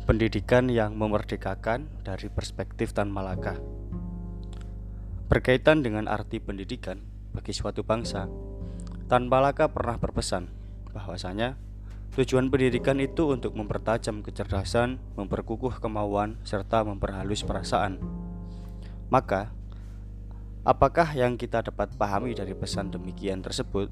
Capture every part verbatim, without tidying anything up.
Pendidikan yang memerdekakan dari perspektif Tan Malaka. Berkaitan dengan arti pendidikan bagi suatu bangsa, Tan Malaka pernah berpesan bahwasanya tujuan pendidikan itu untuk mempertajam kecerdasan, memperkukuh kemauan, serta memperhalus perasaan. Maka, apakah yang kita dapat pahami dari pesan demikian tersebut?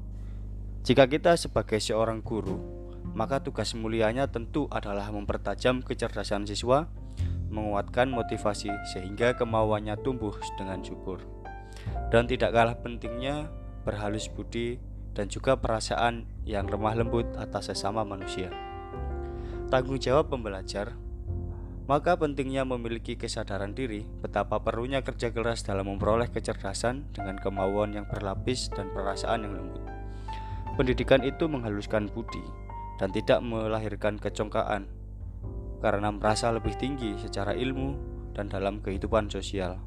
Jika kita sebagai seorang guru, maka tugas mulianya tentu adalah mempertajam kecerdasan siswa, menguatkan motivasi sehingga kemauannya tumbuh dengan subur. Dan tidak kalah pentingnya berhalus budi dan juga perasaan yang lemah lembut atas sesama manusia. Tanggung jawab pembelajar, maka pentingnya memiliki kesadaran diri betapa perlunya kerja keras dalam memperoleh kecerdasan dengan kemauan yang berlapis dan perasaan yang lembut. Pendidikan itu menghaluskan budi dan tidak melahirkan kecongkaan karena merasa lebih tinggi secara ilmu dan dalam kehidupan sosial.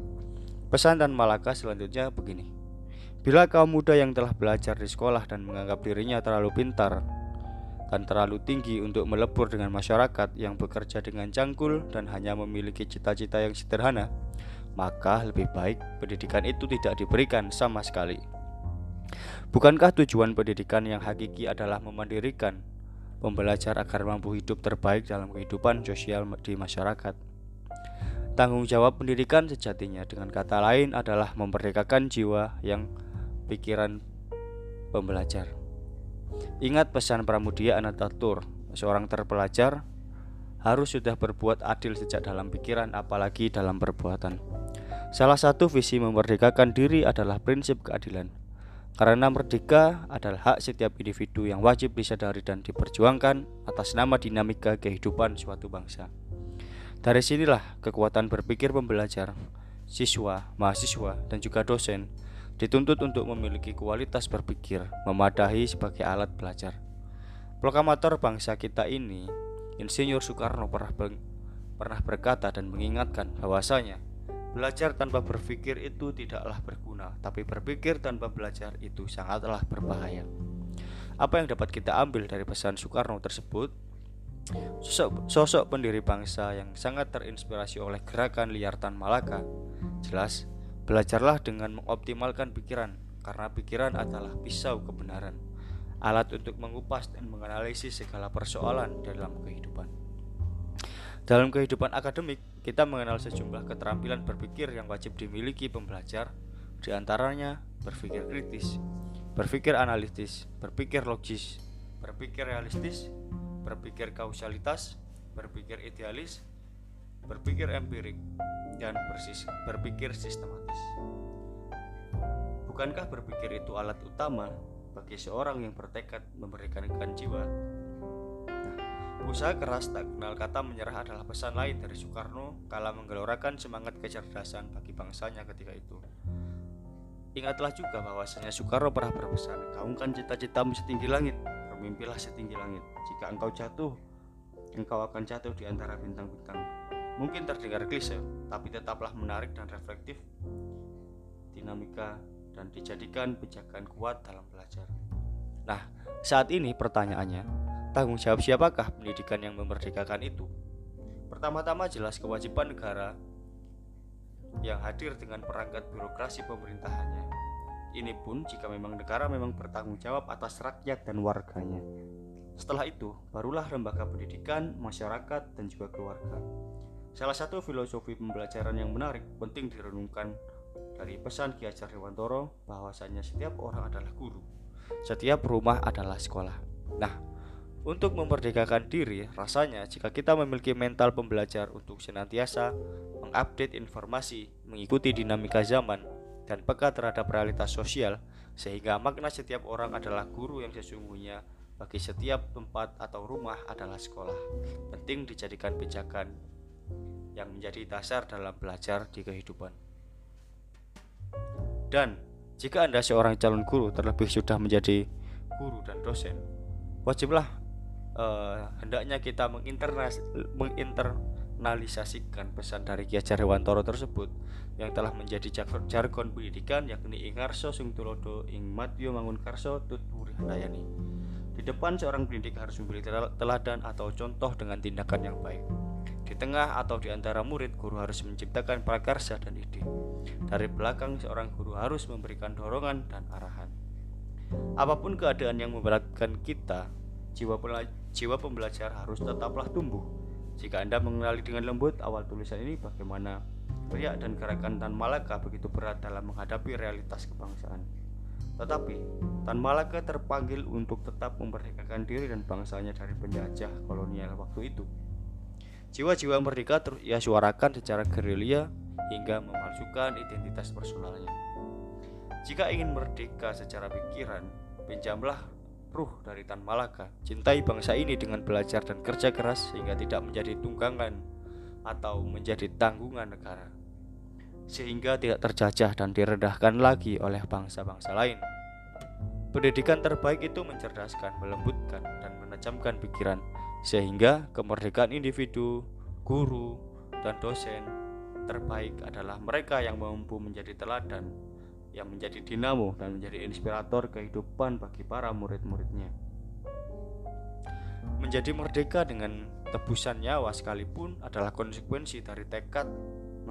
Pesan Tan Malaka selanjutnya begini: bila kaum muda yang telah belajar di sekolah dan menganggap dirinya terlalu pintar dan terlalu tinggi untuk melebur dengan masyarakat yang bekerja dengan cangkul dan hanya memiliki cita-cita yang sederhana, maka lebih baik pendidikan itu tidak diberikan sama sekali. Bukankah tujuan pendidikan yang hakiki adalah memandirikan pembelajar agar mampu hidup terbaik dalam kehidupan sosial di masyarakat? Tanggung jawab pendidikan sejatinya dengan kata lain adalah memerdekakan jiwa yang pikiran pembelajar. Ingat pesan Pramudia Anantatur, seorang terpelajar harus sudah berbuat adil sejak dalam pikiran apalagi dalam perbuatan. Salah satu visi memerdekakan diri adalah prinsip keadilan. Karena merdeka adalah hak setiap individu yang wajib disadari dan diperjuangkan atas nama dinamika kehidupan suatu bangsa. Dari sinilah kekuatan berpikir pembelajar, siswa, mahasiswa, dan juga dosen dituntut untuk memiliki kualitas berpikir memadai sebagai alat belajar. Proklamator bangsa kita ini, Insinyur Soekarno pernah, pernah berkata dan mengingatkan bahwasanya belajar tanpa berpikir itu tidaklah berguna, tapi berpikir tanpa belajar itu sangatlah berbahaya. Apa yang dapat kita ambil dari pesan Soekarno tersebut? Sosok, sosok pendiri bangsa yang sangat terinspirasi oleh gerakan liar Tan Malaka. Jelas, belajarlah dengan mengoptimalkan pikiran, karena pikiran adalah pisau kebenaran, alat untuk mengupas dan menganalisis segala persoalan dalam kehidupan. Dalam kehidupan akademik, kita mengenal sejumlah keterampilan berpikir yang wajib dimiliki pembelajar, di antaranya berpikir kritis, berpikir analitis, berpikir logis, berpikir realistis, berpikir kausalitas, berpikir idealis, berpikir empirik, dan persis, berpikir sistematis. Bukankah berpikir itu alat utama bagi seorang yang bertekad memerdekakan jiwa? Usaha keras tak kenal kata menyerah adalah pesan lain dari Soekarno kala menggelorakan semangat kecerdasan bagi bangsanya ketika itu. Ingatlah juga bahwasanya Soekarno pernah berpesan, gaungkan cita-citamu setinggi langit, bermimpilah setinggi langit. Jika engkau jatuh, engkau akan jatuh di antara bintang-bintang. Mungkin terdengar klise, tapi tetaplah menarik dan reflektif, dinamika, dan dijadikan pijakan kuat dalam belajar. Nah, saat ini pertanyaannya, tanggung jawab siapakah pendidikan yang memerdekakan itu? Pertama-tama jelas kewajiban negara yang hadir dengan perangkat birokrasi pemerintahannya. Ini pun jika memang negara memang bertanggung jawab atas rakyat dan warganya. Setelah itu, barulah lembaga pendidikan, masyarakat, dan juga keluarga. Salah satu filosofi pembelajaran yang menarik penting direnungkan dari pesan Ki Hajar Dewantoro bahwasanya setiap orang adalah guru, setiap rumah adalah sekolah. Nah, untuk memerdekakan diri, rasanya jika kita memiliki mental pembelajar untuk senantiasa mengupdate informasi, mengikuti dinamika zaman, dan peka terhadap realitas sosial, sehingga makna setiap orang adalah guru yang sesungguhnya bagi setiap tempat atau rumah adalah sekolah. Penting dijadikan pijakan yang menjadi dasar dalam belajar di kehidupan. Dan jika Anda seorang calon guru, terlebih sudah menjadi guru dan dosen, wajiblah Uh, hendaknya kita menginternas, menginternalisasikan pesan dari Ki Hajar Dewantoro tersebut yang telah menjadi jargon pendidikan, yakni ing ngarsa sing tulodo ing madya mangun karsa tuturi handayani. Di depan, seorang pendidik harus memberi teladan atau contoh dengan tindakan yang baik. Di tengah atau di antara murid, guru harus menciptakan prakarsa dan ide. Dari belakang, seorang guru harus memberikan dorongan dan arahan. Apapun keadaan yang memberatkan kita, jiwa, jiwa pembelajar harus tetaplah tumbuh. Jika Anda mengenali dengan lembut awal tulisan ini bagaimana riak dan gerakan Tan Malaka begitu berat dalam menghadapi realitas kebangsaan. Tetapi Tan Malaka terpanggil untuk tetap memerdekakan diri dan bangsanya dari penjajah kolonial waktu itu. Jiwa-jiwa merdeka terus ia suarakan secara gerilya hingga memalsukan identitas personalnya. Jika ingin merdeka secara pikiran, pinjamlah ruh dari Tan Malaka. Cintai bangsa ini dengan belajar dan kerja keras sehingga tidak menjadi tunggangan atau menjadi tanggungan negara, sehingga tidak terjajah dan direndahkan lagi oleh bangsa-bangsa lain. Pendidikan terbaik itu mencerdaskan, melembutkan, dan menajamkan pikiran, sehingga kemerdekaan individu, guru, dan dosen terbaik adalah mereka yang mampu menjadi teladan, yang menjadi dinamo dan menjadi inspirator kehidupan bagi para murid-muridnya. Menjadi merdeka dengan tebusan nyawa sekalipun adalah konsekuensi dari tekad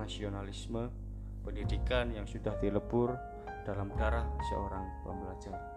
nasionalisme pendidikan yang sudah dilebur dalam darah seorang pembelajar.